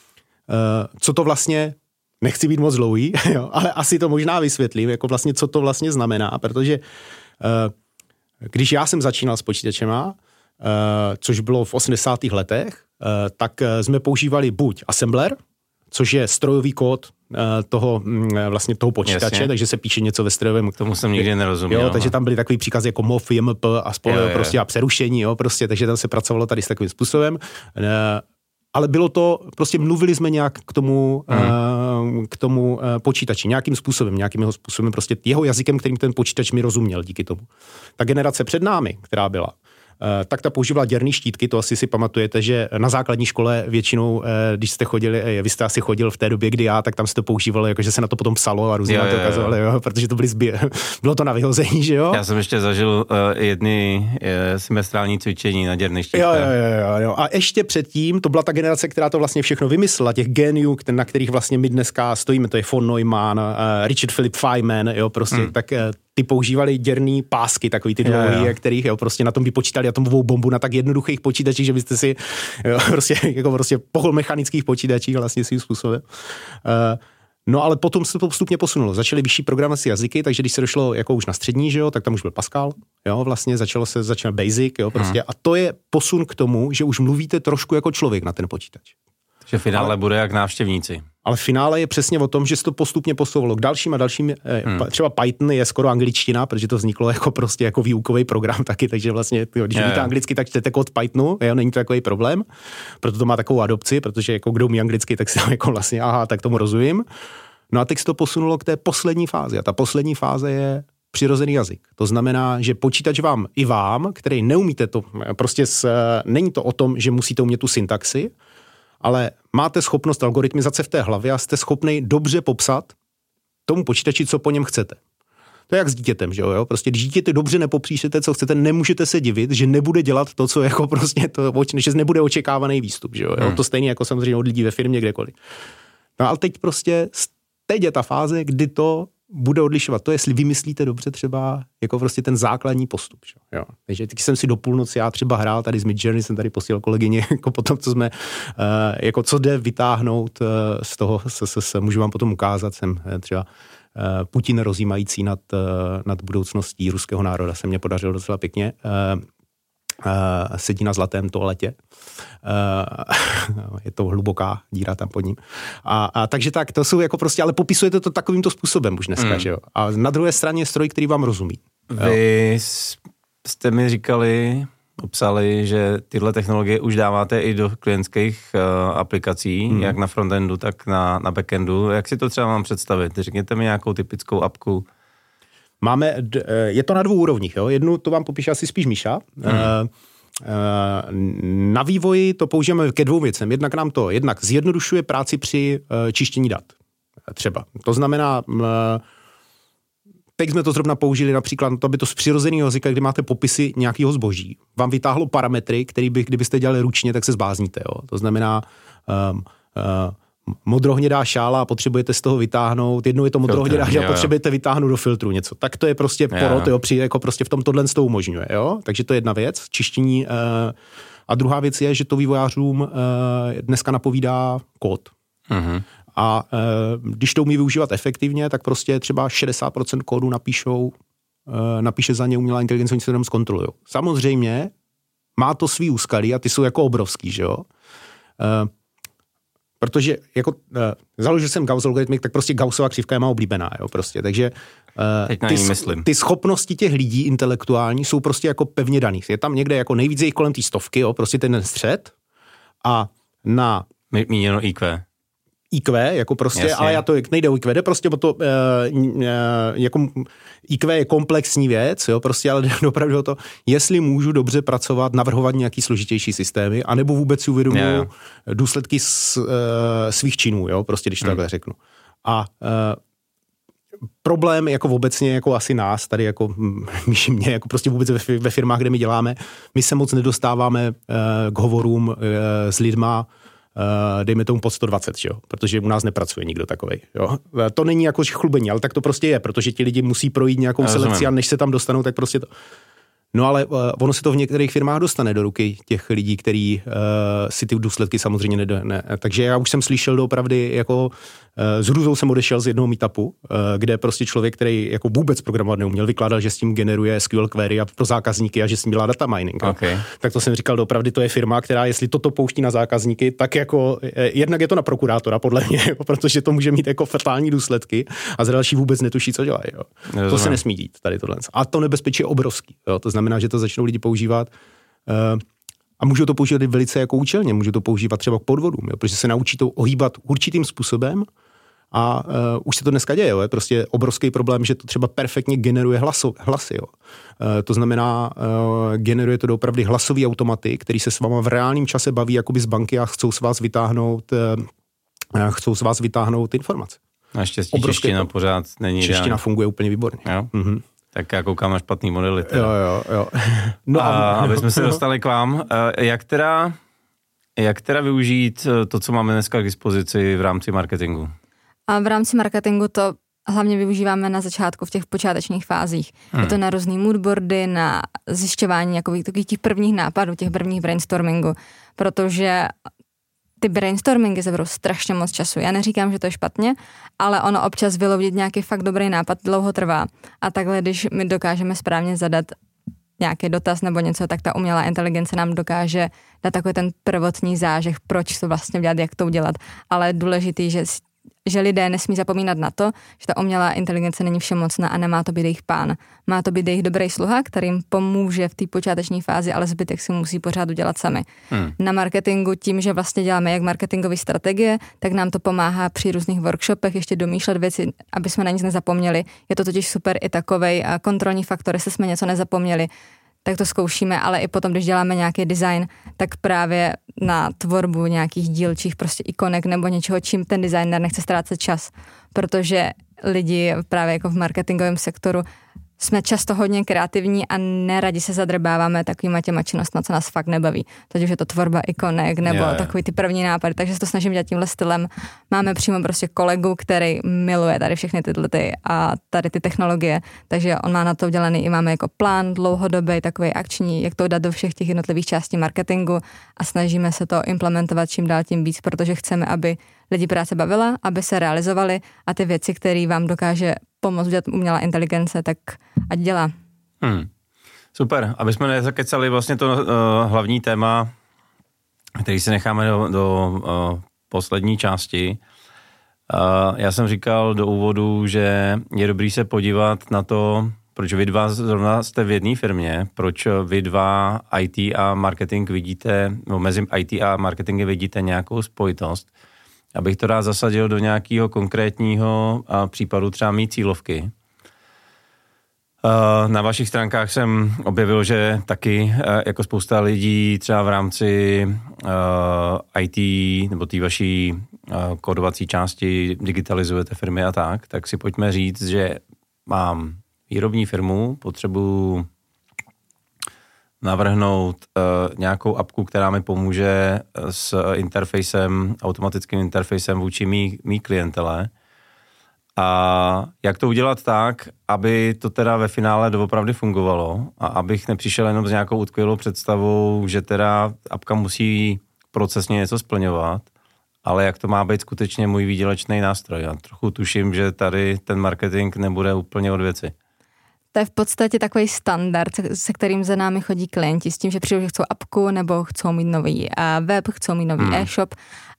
co to vlastně, nechci být moc dlouhý, jo, ale asi to možná vysvětlím, jako vlastně, co to vlastně znamená, protože když já jsem začínal s počítačema, což bylo v osmdesátých letech, tak jsme používali buď assembler, což je strojový kód toho, vlastně toho počítače, Jasně. takže se píše něco ve strojovém. K tomu jsem nikdy nerozuměl. Jo, takže tam byly takový příkazy jako mov, jmp a spolu, jo, prostě a přerušení, jo, prostě, takže tam se pracovalo tady s takovým způsobem. Ale bylo to, prostě mluvili jsme nějak k tomu, mm. k tomu počítači, nějakým způsobem, nějakým jeho způsobem, prostě jeho jazykem, kterým ten počítač mi rozuměl díky tomu. Ta generace před námi, která byla, tak ta používala děrný štítky, to asi si pamatujete, že na základní škole většinou, když jste chodili, vy jste asi chodil v té době, kdy já, tak tam se to používalo, jakože se na to potom psalo a různě to ukazovali, jo, protože to byly zbě... bylo to na vyhození, že jo? Já jsem ještě zažil uh, jedny uh, semestrální cvičení na děrných štítkách. Jo, jo, jo, jo. A ještě předtím, to byla ta generace, která to vlastně všechno vymyslela, těch géniů, na kterých vlastně my dneska stojíme, to je von Neumann, uh, Richard Philip Feynman, jo, prostě hmm. tak uh, ty používali děrný pásky, takový ty dlouhý, kterých jo, prostě na tom vypočítali atomovou bombu na tak jednoduchých počítačích, že byste si jo, prostě, jako prostě polomechanických počítačích vlastně svým způsobem. Uh, no ale potom se to postupně posunulo. Začaly vyšší programací jazyky, takže když se došlo jako už na střední, že jo, tak tam už byl Pascal, jo, vlastně začalo se, začal Basic, jo, prostě. Hmm. A to je posun k tomu, že už mluvíte trošku jako člověk na ten počítač. Že v finále ale, bude jak návštěvníci. Ale v finále je přesně o tom, že se to postupně posouvalo k dalším a dalším. Hmm. Třeba Python je skoro angličtina, protože to vzniklo jako prostě jako výukový program taky, takže vlastně, když umíte anglicky, tak čtete kód Pythonu, jo, není to takový problém. Proto to má takovou adopci, protože jako kdo umí anglicky, tak si jako vlastně, aha, tak tomu rozumím. No a teď se to posunulo k té poslední fázi. A ta poslední fáze je přirozený jazyk. To znamená, že počítač vám i vám, který neumíte to, prostě s, není to o tom, že musíte umět tu syntaxi, ale máte schopnost algoritmizace v té hlavě a jste schopný dobře popsat tomu počítači, co po něm chcete. To je jak s dítětem, že jo? Prostě když dítěte dobře nepopíšete, co chcete, nemůžete se divit, že nebude dělat to, co jako prostě to, že nebude očekávaný výstup, že jo? Hmm. To stejně jako samozřejmě od lidí ve firmě kdekoliv. No ale teď prostě teď je ta fáze, kdy to bude odlišovat to, jestli vymyslíte dobře třeba jako prostě ten základní postup. Jo. Takže teď jsem si do půlnoci já třeba hrál tady z Midjourney, jsem tady posílal kolegyně, jako potom, co jsme, uh, jako co jde vytáhnout uh, z toho, s, s, s, můžu vám potom ukázat, jsem uh, třeba uh, Putin rozjímající nad, uh, nad budoucností ruského národa, se mě podařilo docela pěkně. Uh, Uh, sedí na zlatém toaletě. Uh, je to hluboká díra tam pod ním. A, a takže tak, to jsou jako prostě, ale popisujete to takovýmto způsobem už dneska, mm. že jo. A na druhé straně je stroj, který vám rozumí. Vy jo. jste mi říkali, obsali, že tyhle technologie už dáváte i do klientských uh, aplikací, mm. jak na frontendu, tak na, na backendu. Jak si to třeba mám představit? Řekněte mi nějakou typickou apku. Máme, je to na dvou úrovních, jo? Jednu to vám popíše asi spíš Míša. Hmm. Na vývoji to použijeme ke dvou věcem. Jednak nám to jednak zjednodušuje práci při čištění dat. Třeba. To znamená, teď jsme to zrovna použili například na to, aby to z přirozeného jazyka, kdy máte popisy nějakého zboží, vám vytáhlo parametry, který by, kdybyste dělali ručně, tak se zblázníte. Jo? To znamená, um, uh, modrohnědá šála a potřebujete z toho vytáhnout, jednou je to modrohnědá šála, potřebujete vytáhnout do filtru něco. Tak to je prostě porot, jo, při, jako prostě v tom tohle to umožňuje, jo. Takže to je jedna věc, čištění. Uh, a druhá věc je, že to vývojářům uh, dneska napovídá kód. Uh-huh. A uh, když to umí využívat efektivně, tak prostě třeba šedesát procent kódu napíšou, uh, napíše za ně umělá inteligence, oni se jenom zkontrolujou. Samozřejmě má to svý úskalí a ty jsou jako obrovský, že jo. Uh, protože jako uh, založil jsem Gauss algoritmik, tak prostě Gaussova křivka je má oblíbená, jo, prostě, takže uh, ty, ty schopnosti těch lidí intelektuální jsou prostě jako pevně daný. Je tam někde jako nejvíc jich kolem té stovky, jo, prostě ten střed a na... Míněno í kvé. í kvé, jako prostě, jasně. Ale já to nejde o í kvé, jde prostě o to, uh, uh, jako í kvé je komplexní věc, jo, prostě, ale jde opravdu o to, jestli můžu dobře pracovat, navrhovat nějaký složitější systémy, anebo vůbec si uvědomuji důsledky s, uh, svých činů, jo, prostě, když to hmm. takhle řeknu. A uh, problém jako obecně, jako asi nás, tady jako myši mě, jako prostě vůbec ve, ve firmách, kde my děláme, my se moc nedostáváme uh, k hovorům uh, s lidma, Uh, dejme tomu pod sto dvacet, jo? Protože u nás nepracuje nikdo takovej. Jo? To není jako chlubení, ale tak to prostě je, protože ti lidi musí projít nějakou já selekci rozumím. A než se tam dostanou, tak prostě to... No ale uh, ono se to v některých firmách dostane do ruky těch lidí, kteří uh, si ty důsledky samozřejmě ne, ne. Takže já už jsem slyšel doopravdy, jako uh, s hrůzou jsem odešel z jednoho meetupu, uh, kde prostě člověk, který jako vůbec programovat neuměl, vykládal, že s tím generuje S Q L query a pro zákazníky a že s tím dělá data mining. Okay. Tak to jsem říkal, doopravdy to je firma, která jestli toto pouští na zákazníky, tak jako jednak je to na prokurátora podle mě, jo, protože to může mít jako fatální důsledky a za další vůbec netuší, co dělají. Jo. To se nesmí dít tady tohle. A to nebezpečí je obrovský. Jo. To znamená, že to začnou lidi používat uh, a můžou to používat i velice jako účelně, můžou to používat třeba k podvodům, jo, protože se naučí to ohýbat určitým způsobem a uh, už se to dneska děje, jo, je prostě obrovský problém, že to třeba perfektně generuje hlaso, hlasy. Jo. Uh, to znamená, uh, generuje to doopravdy hlasový automaty, který se s váma v reálném čase baví jakoby z banky a chcou s vás vytáhnout, uh, chcou s vás vytáhnout informace. Naštěstí čeština pořád není Čeština ideální. Funguje úplně výborně. Jo. Mhm. Tak já koukám na špatný modely. Teda. Jo, jo, jo. No a aby jsme se dostali k vám, jak teda, jak teda využít to, co máme dneska k dispozici v rámci marketingu? A v rámci marketingu to hlavně využíváme na začátku v těch počátečních fázích. Hmm. Je to na různý moodboardy, na zjišťování takových těch prvních nápadů, těch prvních brainstormingů, protože ty brainstormingy zaberou strašně moc času. Já neříkám, že to je špatně, ale ono občas vyloudit nějaký fakt dobrý nápad dlouho trvá. A takhle, když my dokážeme správně zadat nějaký dotaz nebo něco, tak ta umělá inteligence nám dokáže dát takový ten prvotní zážeh, proč to vlastně udělat, jak to udělat. Ale je důležitý, že, že lidé nesmí zapomínat na to, že ta umělá inteligence není všemocná a nemá to být jejich pán. Má to být jejich dobrý sluha, kterým pomůže v té počáteční fázi, ale zbytek si musí pořád udělat sami. Hmm. Na marketingu tím, že vlastně děláme jak marketingové strategie, tak nám to pomáhá při různých workshopech ještě domýšlet věci, aby jsme na nic nezapomněli. Je to totiž super i takovej kontrolní faktor, jestli jsme něco nezapomněli, tak to zkoušíme, ale i potom, když děláme nějaký design, tak právě na tvorbu nějakých dílčích prostě ikonek nebo něčeho, čím ten designer nechce ztrácet čas, protože lidi právě jako v marketingovém sektoru jsme často hodně kreativní a neradi se zadrbáváme takovýma těma činnostma, co nás fakt nebaví. Teď už je to tvorba ikonek nebo yeah. takový ty první nápady, takže se to snažím dělat tímhle stylem. Máme přímo prostě kolegu, který miluje tady všechny tyhle ty a tady ty technologie, takže on má na to udělaný i máme jako plán dlouhodobý, takový akční, jak to dát do všech těch jednotlivých částí marketingu a snažíme se to implementovat čím dál tím víc, protože chceme, aby lidi práce bavila, aby se realizovali a ty věci, které vám dokáže pomoct udělat umělá inteligence, tak ať dělá. Hmm. Super, aby jsme nezakecali vlastně to uh, hlavní téma, který si necháme do, do uh, poslední části. Uh, já jsem říkal do úvodu, že je dobrý se podívat na to, proč vy dva zrovna jste v jedné firmě, proč vy dva í té a marketing vidíte, no mezi í té a marketingem vidíte nějakou spojitost. Abych to rád zasadil do nějakého konkrétního a, případu třeba mý cílovky. A, na vašich stránkách jsem objevil, že taky a, jako spousta lidí třeba v rámci a, í té nebo té vaší a, kódovací části digitalizujete firmy a tak, tak si pojďme říct, že mám výrobní firmu, potřebuji navrhnout uh, nějakou apku, která mi pomůže s interfejsem, automatickým interfejsem vůči mý, mý klientele. A jak to udělat tak, aby to teda ve finále doopravdy fungovalo a abych nepřišel jenom s nějakou utkvělou představou, že teda apka musí procesně něco splňovat, ale jak to má být skutečně můj výdělečný nástroj. Já trochu tuším, že tady ten marketing nebude úplně od věci. To je v podstatě takový standard, se kterým za námi chodí klienti s tím, že přijdou, že chcou apku nebo chcou mít nový web, chcou mít nový hmm. e-shop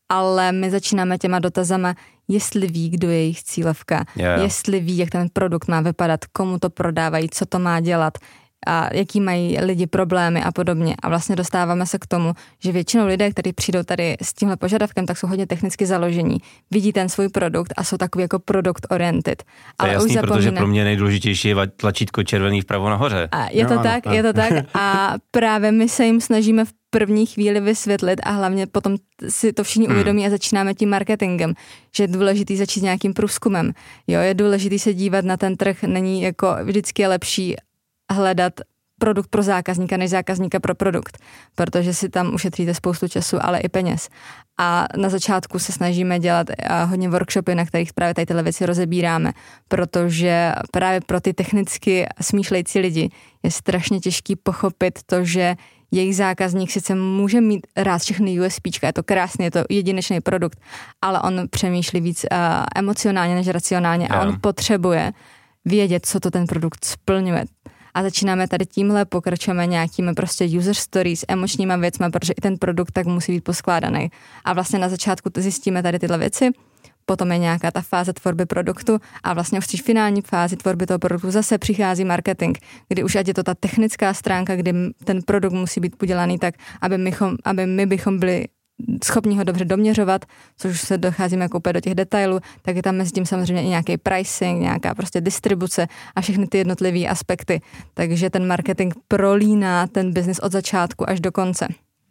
ale my začínáme těma dotazama, jestli ví, kdo je jejich cílovka, yeah. jestli ví, jak ten produkt má vypadat, komu to prodávají, co to má dělat, a jaký mají lidi problémy a podobně. A vlastně dostáváme se k tomu, že většinou lidé, kteří přijdou tady s tímhle požadavkem, tak jsou hodně technicky založení. Vidí ten svůj produkt a jsou takový jako product oriented. To je jasný, zapomíná... protože pro mě nejdůležitější je tlačítko červený vpravo nahoře. A je to no, tak, ano, je to tak. A právě my se jim snažíme v první chvíli vysvětlit a hlavně potom si to všichni uvědomí hmm. a začínáme tím marketingem, že je důležitý začít nějakým průzkumem. Jo, je důležitý se dívat na ten trh, není jako vždycky je lepší hledat produkt pro zákazníka, než zákazníka pro produkt, protože si tam ušetříte spoustu času, ale i peněz. A na začátku se snažíme dělat hodně workshopy, na kterých právě tady tyhle věci rozebíráme, protože právě pro ty technicky smýšlející lidi je strašně těžký pochopit to, že jejich zákazník sice může mít rád všechny USPčka, je to krásný, je to jedinečný produkt, ale on přemýšlí víc uh, emocionálně než racionálně a on potřebuje vědět, co to ten produkt splňuje. A začínáme tady tímhle, pokračujeme nějakými prostě user stories, emočníma věcma, protože i ten produkt tak musí být poskládaný. A vlastně na začátku zjistíme tady tyhle věci, potom je nějaká ta fáze tvorby produktu a vlastně už v finální fázi tvorby toho produktu zase přichází marketing, kdy už ať je to ta technická stránka, kdy ten produkt musí být udělaný tak, aby, mychom, aby my bychom byli schopni ho dobře doměřovat, což už se docházíme jako úplně do těch detailů, tak je tam mezi tím samozřejmě i nějaký pricing, nějaká prostě distribuce a všechny ty jednotlivé aspekty. Takže ten marketing prolíná ten biznis od začátku až do konce.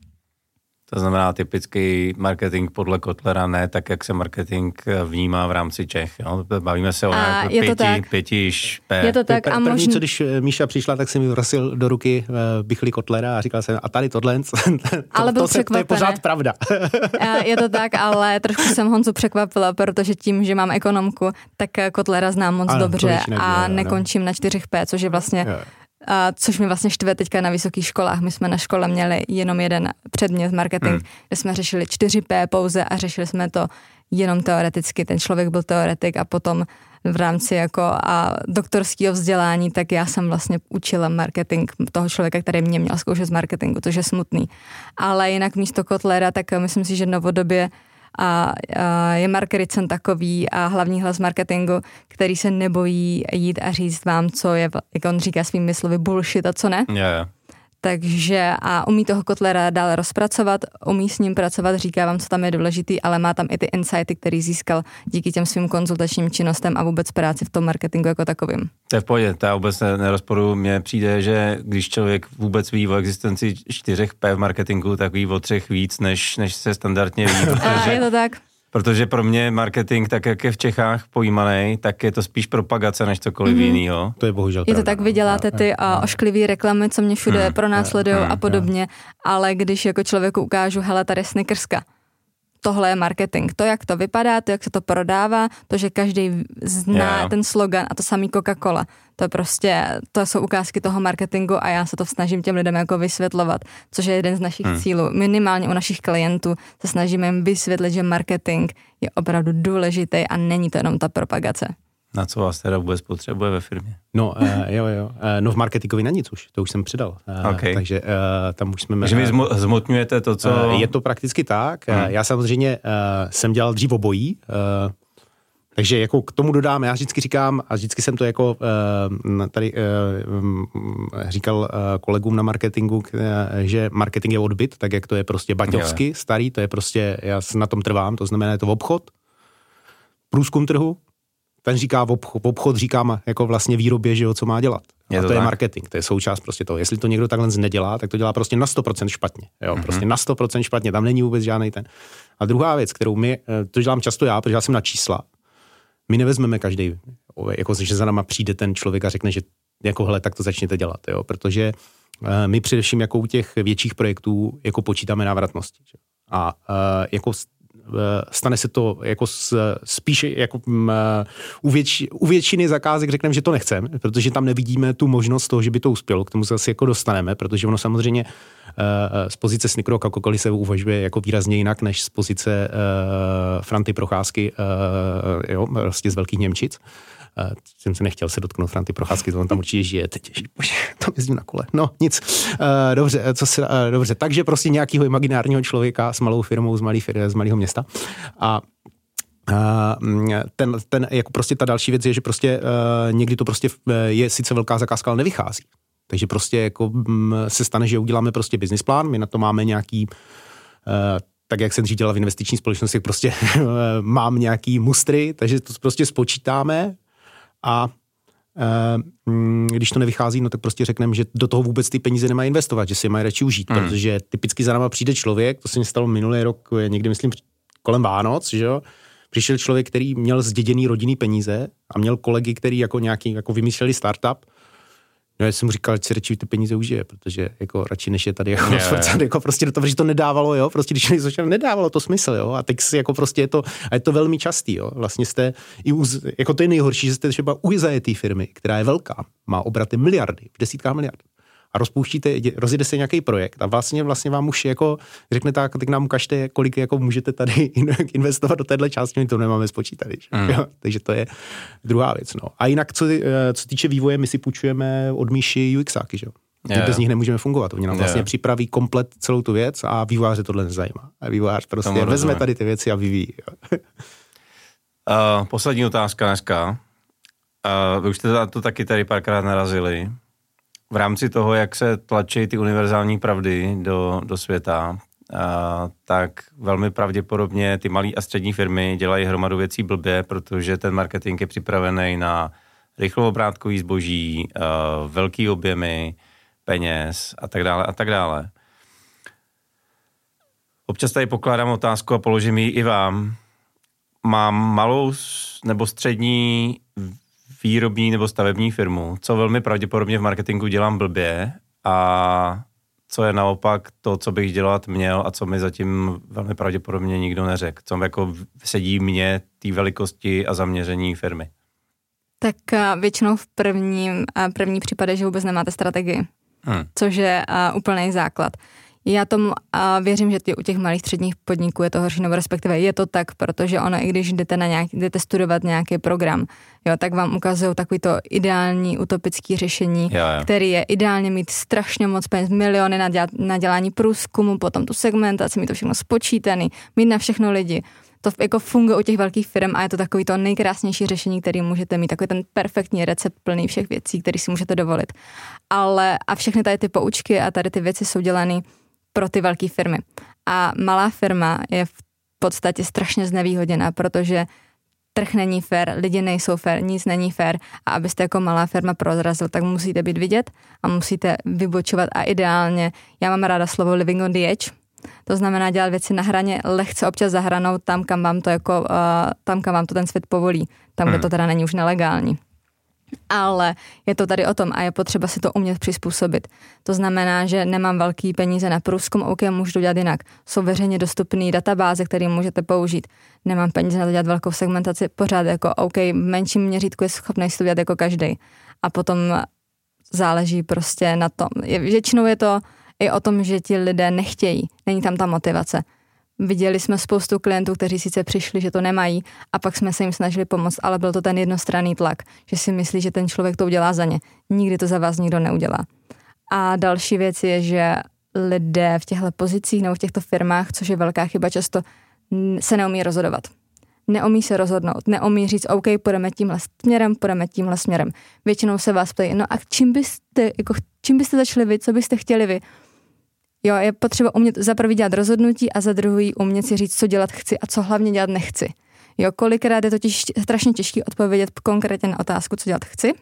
To znamená typický marketing podle Kotlera, ne tak, jak se marketing vnímá v rámci Čech. Jo? Bavíme se o nějak pěti, pěti špé. Je to tak. Pr- a první, možná... co když Míša přišla, tak si mi vrasil do ruky bychli Kotlera a říkal jsem, a tady tohle, to, ale to, se, to je pořád pravda. Je to tak, ale trošku jsem Honzu překvapila, protože tím, že mám ekonomku, tak Kotlera znám moc ano, dobře neví, a nekončím no. na čtyři pé, což je vlastně... Jo. A což mi vlastně štve teďka na vysokých školách. My jsme na škole měli jenom jeden předmět marketing, hmm. kde jsme řešili čtyři pé pouze a řešili jsme to jenom teoreticky. Ten člověk byl teoretik a potom v rámci jako a doktorského vzdělání, tak já jsem vlastně učila marketing toho člověka, který mě měl zkoušet z marketingu, což je smutný. Ale jinak místo Kotlera, tak myslím si, že novodobě a, a je Mark Ritson takový a hlavní hlas marketingu, který se nebojí jít a říct vám, co je, jak on říká svými slovy, bullshit a co ne. Yeah. Takže a umí toho Kotlera dále rozpracovat, umí s ním pracovat, říká vám, co tam je důležitý, ale má tam i ty insighty, který získal díky těm svým konzultačním činnostem a vůbec práci v tom marketingu jako takovým. To je v pohodě, to já vůbec nerozporuji. Mně přijde, že když člověk vůbec ví o existenci čtyřech pé v marketingu, tak ví o třech víc, než, než se standardně ví. Protože... A je to tak. Protože pro mě marketing, tak jak je v Čechách pojímaný, tak je to spíš propagace než cokoliv mm-hmm. jiného. To je bohužel Je to tak, vy děláte ty no, ošklivý reklamy, co mě všude mm, pronásledují mm, a podobně, mm. ale když jako člověku ukážu, hele, tady je Snickerska, tohle je marketing. To, jak to vypadá, to, jak se to prodává, to, že každý zná yeah. ten slogan a to samý Coca-Cola. To prostě, to jsou ukázky toho marketingu a já se to snažím těm lidem jako vysvětlovat, což je jeden z našich hmm. cílů. Minimálně u našich klientů se snažíme jim vysvětlit, že marketing je opravdu důležitý a není to jenom ta propagace. Na co vás teda vůbec potřebuje ve firmě? No, uh, jo, jo. Uh, no v marketingovi na nic už, to už jsem přidal. Uh, okay. Takže uh, tam už jsme... Takže vy zmo- zmotňujete to, co... Uh, je to prakticky tak. Hmm. Uh, já samozřejmě uh, jsem dělal dřív obojí, uh, takže jako k tomu dodám, já vždycky říkám, a vždycky jsem to jako uh, tady uh, říkal uh, kolegům na marketingu, uh, že marketing je odbyt, tak jak to je prostě baťovsky starý, to je prostě, já na tom trvám, to znamená, je to obchod, průzkum trhu, ten říká v obchod, v obchod říkám jako vlastně výrobě, že jo, co má dělat. Je a to, to tak? je marketing, to je součást prostě toho. Jestli to někdo takhle nedělá, tak to dělá prostě na sto procent špatně. Jo, mm-hmm. prostě na sto procent špatně, tam není vůbec žádný ten. A druhá věc, kterou my, to dělám často já, protože já jsem na čísla, my nevezmeme každý, jako že za náma přijde ten člověk a řekne, že jako hele, tak to začněte dělat, jo, protože my především jako u těch větších projektů jako počítáme návratnosti. A jako stane se to jako spíše jako u, větš, u většiny zakázek řekneme, že to nechceme, protože tam nevidíme tu možnost toho, že by to uspělo. K tomu se asi jako dostaneme, protože ono samozřejmě z pozice Snickeru a Coca-Coly se uvažuje jako výrazně jinak, než z pozice Franty Procházky, jo, prostě z Velkých Němčic. Uh, jsem se nechtěl se dotknout Franty Procházky, to on tam určitě žije, teď ježiš, tam jezdím na kole. No, nic. Uh, dobře, co se, uh, dobře, takže prostě nějakého imaginárního člověka s malou firmou z, malý, z malého města. A Uh, ten, ten, jako prostě ta další věc je, že prostě uh, někdy to prostě je sice velká zakázka, ale nevychází. Takže prostě jako um, se stane, že uděláme prostě business plán, my na to máme nějaký, uh, tak jak jsem řídila v investiční společnosti, prostě uh, mám nějaký mustry, takže to prostě spočítáme a uh, um, když to nevychází, no tak prostě řekneme, že do toho vůbec ty peníze nemají investovat, že si je mají radši užít, mm. protože typicky za náma přijde člověk, to se mi stalo minulý rok, někdy myslím kolem Vánoc, že jo, přišel člověk, který měl zděděný rodinný peníze a měl kolegy, který jako nějaký, jako vymýšleli startup. No já jsem mu říkal, že si radši ty peníze užije, protože jako radši než je tady jako, yeah. jako prostě do toho, že to nedávalo, jo, prostě když to nedávalo to smysl, jo, a teď si jako prostě je to, a je to velmi častý, jo, vlastně jste, i u, jako to je nejhorší, že jste třeba u zajetý firmy, která je velká, má obraty miliardy, v desítkách miliard. A rozpouštíte, rozjede se nějaký projekt a vlastně vlastně vám už jako řekne tak, tak nám ukažte, kolik jako můžete tady investovat do téhle části, my to nemáme spočítat. Mm. Takže to je druhá věc. No. A jinak, co, co týče vývoje, my si půjčujeme od Míši UXáky, že jo? Yeah. Bez nich nemůžeme fungovat. Oni nám vlastně yeah. připraví komplet celou tu věc a vývojáře tohle nezajímá. A vývojář prostě vezme rozumím. Tady ty věci a vyvíjí. uh, poslední otázka dneska. Uh, vy už jste to taky tady párkrát narazili. V rámci toho, jak se tlačí ty univerzální pravdy do, do světa, a, tak velmi pravděpodobně ty malé a střední firmy dělají hromadu věcí blbě, protože ten marketing je připravený na rychloobrátkové zboží, a, velký objemy peněz a tak dále a tak dále. Občas tady pokládám otázku a položím ji i vám. Mám malou nebo střední výrobní nebo stavební firmu, co velmi pravděpodobně v marketingu dělám blbě a co je naopak to, co bych dělat měl a co mi zatím velmi pravděpodobně nikdo neřekl. Co jako sedí mně té velikosti a zaměření firmy. Tak většinou v prvním, první případě, že vůbec nemáte strategii, hmm. což je úplný základ. Já tomu a věřím, že ty, u těch malých středních podniků je to horší, nebo respektive je to tak, protože ono, i když jdete, na nějak, jdete studovat nějaký program, jo, tak vám ukazují takový to ideální utopický řešení, jo, jo. který je ideálně mít strašně moc peněz, miliony na, děla, na dělání průzkumu, potom tu segmentaci, mít to všechno spočítaný, mít na všechno lidi. To jako funguje u těch velkých firm a je to takový to nejkrásnější řešení, který můžete mít, takový ten perfektní recept plný všech věcí, který si můžete dovolit. Ale a všechny tady ty poučky a tady ty věci jsou dělané pro ty velké firmy. A malá firma je v podstatě strašně znevýhodněná, protože trh není fér, lidi nejsou fér, nic není fér a abyste jako malá firma prozrazil, tak musíte být vidět a musíte vybočovat a ideálně, já mám ráda slovo living on the edge, to znamená dělat věci na hraně, lehce občas za hranou tam, kam vám to jako, uh, tam, kam vám to ten svět povolí, tam, hmm. kde to teda není už nelegální. Ale je to tady o tom a je potřeba si to umět přizpůsobit. To znamená, že nemám velký peníze na průzkum, OK, můžu to dělat jinak. Jsou veřejně dostupné databáze, které můžete použít. Nemám peníze na to dělat velkou segmentaci, pořád jako OK, v menším měřítku je schopný si to dělat jako každý. A potom záleží prostě na tom. Většinou je to i o tom, že ti lidé nechtějí. Není tam ta motivace. Viděli jsme spoustu klientů, kteří sice přišli, že to nemají a pak jsme se jim snažili pomoct, ale byl to ten jednostranný tlak, že si myslí, že ten člověk to udělá za ně. Nikdy to za vás nikdo neudělá. A další věc je, že lidé v těchto pozicích nebo v těchto firmách, což je velká chyba, často se neumí rozhodovat. Neumí se rozhodnout, neumí říct, OK, půjdeme tímhle směrem, půjdeme tímhle směrem. Většinou se vás ptají, no a čím byste, jako, čím byste začali vy, co byste chtěli vy? Jo, je potřeba umět za prvý dělat rozhodnutí a za druhý umět si říct, co dělat chci a co hlavně dělat nechci. Jo, kolikrát je totiž strašně těžké odpovědět konkrétně na otázku, co dělat chci.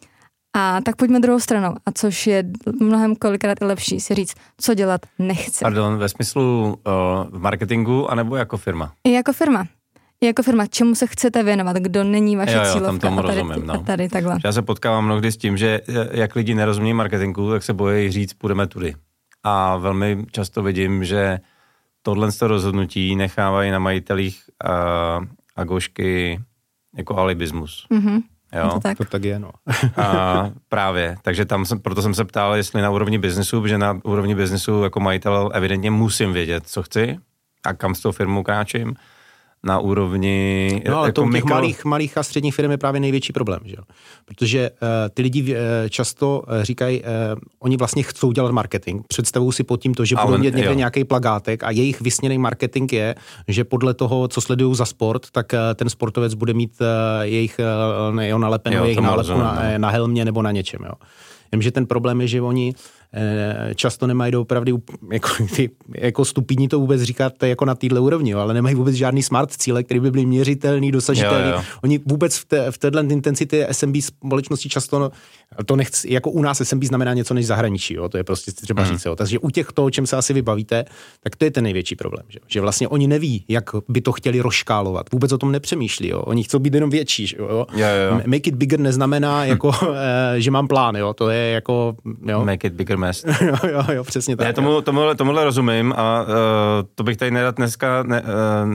A tak pojďme druhou stranou, a což je mnohem kolikrát i lepší si říct, co dělat nechci. Pardon, ve smyslu uh, v marketingu anebo jako firma? I jako firma. I jako firma, čemu se chcete věnovat, kdo není vaše jo, jo, cílovka. Tam tomu a tady, rozumím, no. tady takhle. Já se potkávám mnohdy s tím, že jak lidi nerozumí marketingu, tak se bojí říct, půjdeme tudy. A velmi často vidím, že tohle rozhodnutí nechávají na majitelích uh, agošky jako alibismus. Mm-hmm. Jo? To tak. To tak je, no. A právě, takže tam jsem, proto jsem se ptal, jestli na úrovni biznesu, protože na úrovni biznesu jako majitel evidentně musím vědět, co chci a kam s tou firmou kráčím. na úrovni no, ale jako to u těch mikro... malých, malých a středních firm je právě největší problém, že jo? Protože uh, ty lidi uh, často uh, říkají, uh, oni vlastně chcou dělat marketing, představují si pod tím to, že budou mít někde nějaký plagátek a jejich vysněný marketing je, že podle toho, co sledují za sport, tak uh, ten sportovec bude mít uh, jejich uh, ne, nalepenou, jo, jejich nálepku na, na helmě nebo na něčem, jo. Jenže ten problém je, že oni často nemají doopravdy jako, jako stupidní to vůbec říkat jako na této úrovni, jo, ale nemají vůbec žádný smart cíle, který by byly měřitelný, dosažitelný. Jo, jo. Oni vůbec v, té, v této intenzity S M B společnosti často, no, to nechci, jako u nás S M B znamená něco než zahraničí, jo, to je prostě třeba hmm. říct. Jo. Takže u těch toho, o čem se asi vybavíte, tak to je ten největší problém, že, že vlastně oni neví, jak by to chtěli rozškálovat. Vůbec o tom nepřemýšlí, jo. Oni chcou být jenom větší, jo. Jo, jo. Make it bigger neznamená jako, že mám plán, jo. To je jako, jo. Make it bigger mess. jo, jo, jo, přesně tak. Já tomu, tomuhle, tomuhle rozumím a uh, to bych tady nerad dneska ne, uh,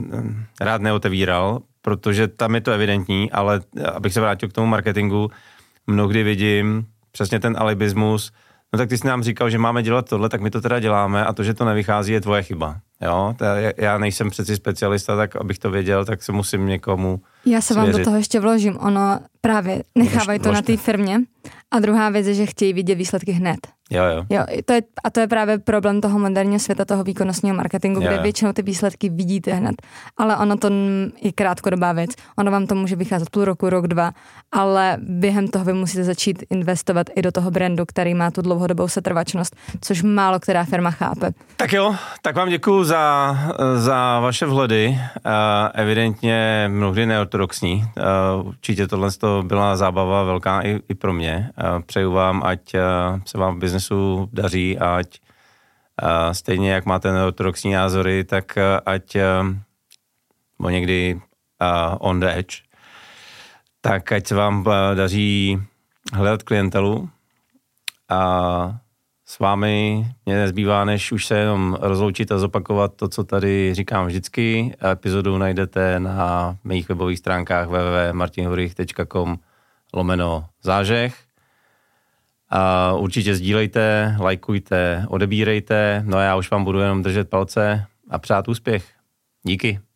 rád neotevíral, protože tam je to evidentní, ale abych se vrátil k tomu marketingu, mnohdy vidím přesně ten alibismus, no tak ty jsi nám říkal, že máme dělat tohle, tak my to teda děláme a to, že to nevychází, je tvoje chyba. Jo, já nejsem přeci specialista, tak abych to věděl, tak se musím někomu Já se svěřit. vám do toho ještě vložím, ono právě nechávají to na té firmě a druhá věc je, že chtějí vidět výsledky hned. Jo, jo. jo to je, a to je právě problém toho moderního světa, toho výkonnostního marketingu, jo, kde jo. většinou ty výsledky vidíte hned. Ale ono to je krátkodobá věc. Ono vám to může vycházet půl roku, rok, dva, ale během toho vy musíte začít investovat i do toho brandu, který má tu dlouhodobou setrvačnost, což málo která firma chápe. Tak jo, tak vám děkuju za, za vaše vhledy. Uh, evidentně mnohdy neortodoxní. Uh, určitě tohle byla zábava velká i, i pro mě. Uh, přeju vám, ať uh, se vám v biznesu daří a ať uh, stejně jak máte neortodoxní názory, tak uh, ať uh, o někdy uh, on the edge, tak ať se vám uh, daří hledat klientelu a s vámi mě nezbývá, než už se jenom rozloučit a zopakovat to, co tady říkám vždycky. Epizodu najdete na mých webových stránkách w w w tečka martin hurich tečka com lomeno zážeh. A určitě sdílejte, lajkujte, odebírejte. No a já už vám budu jenom držet palce a přát úspěch. Díky.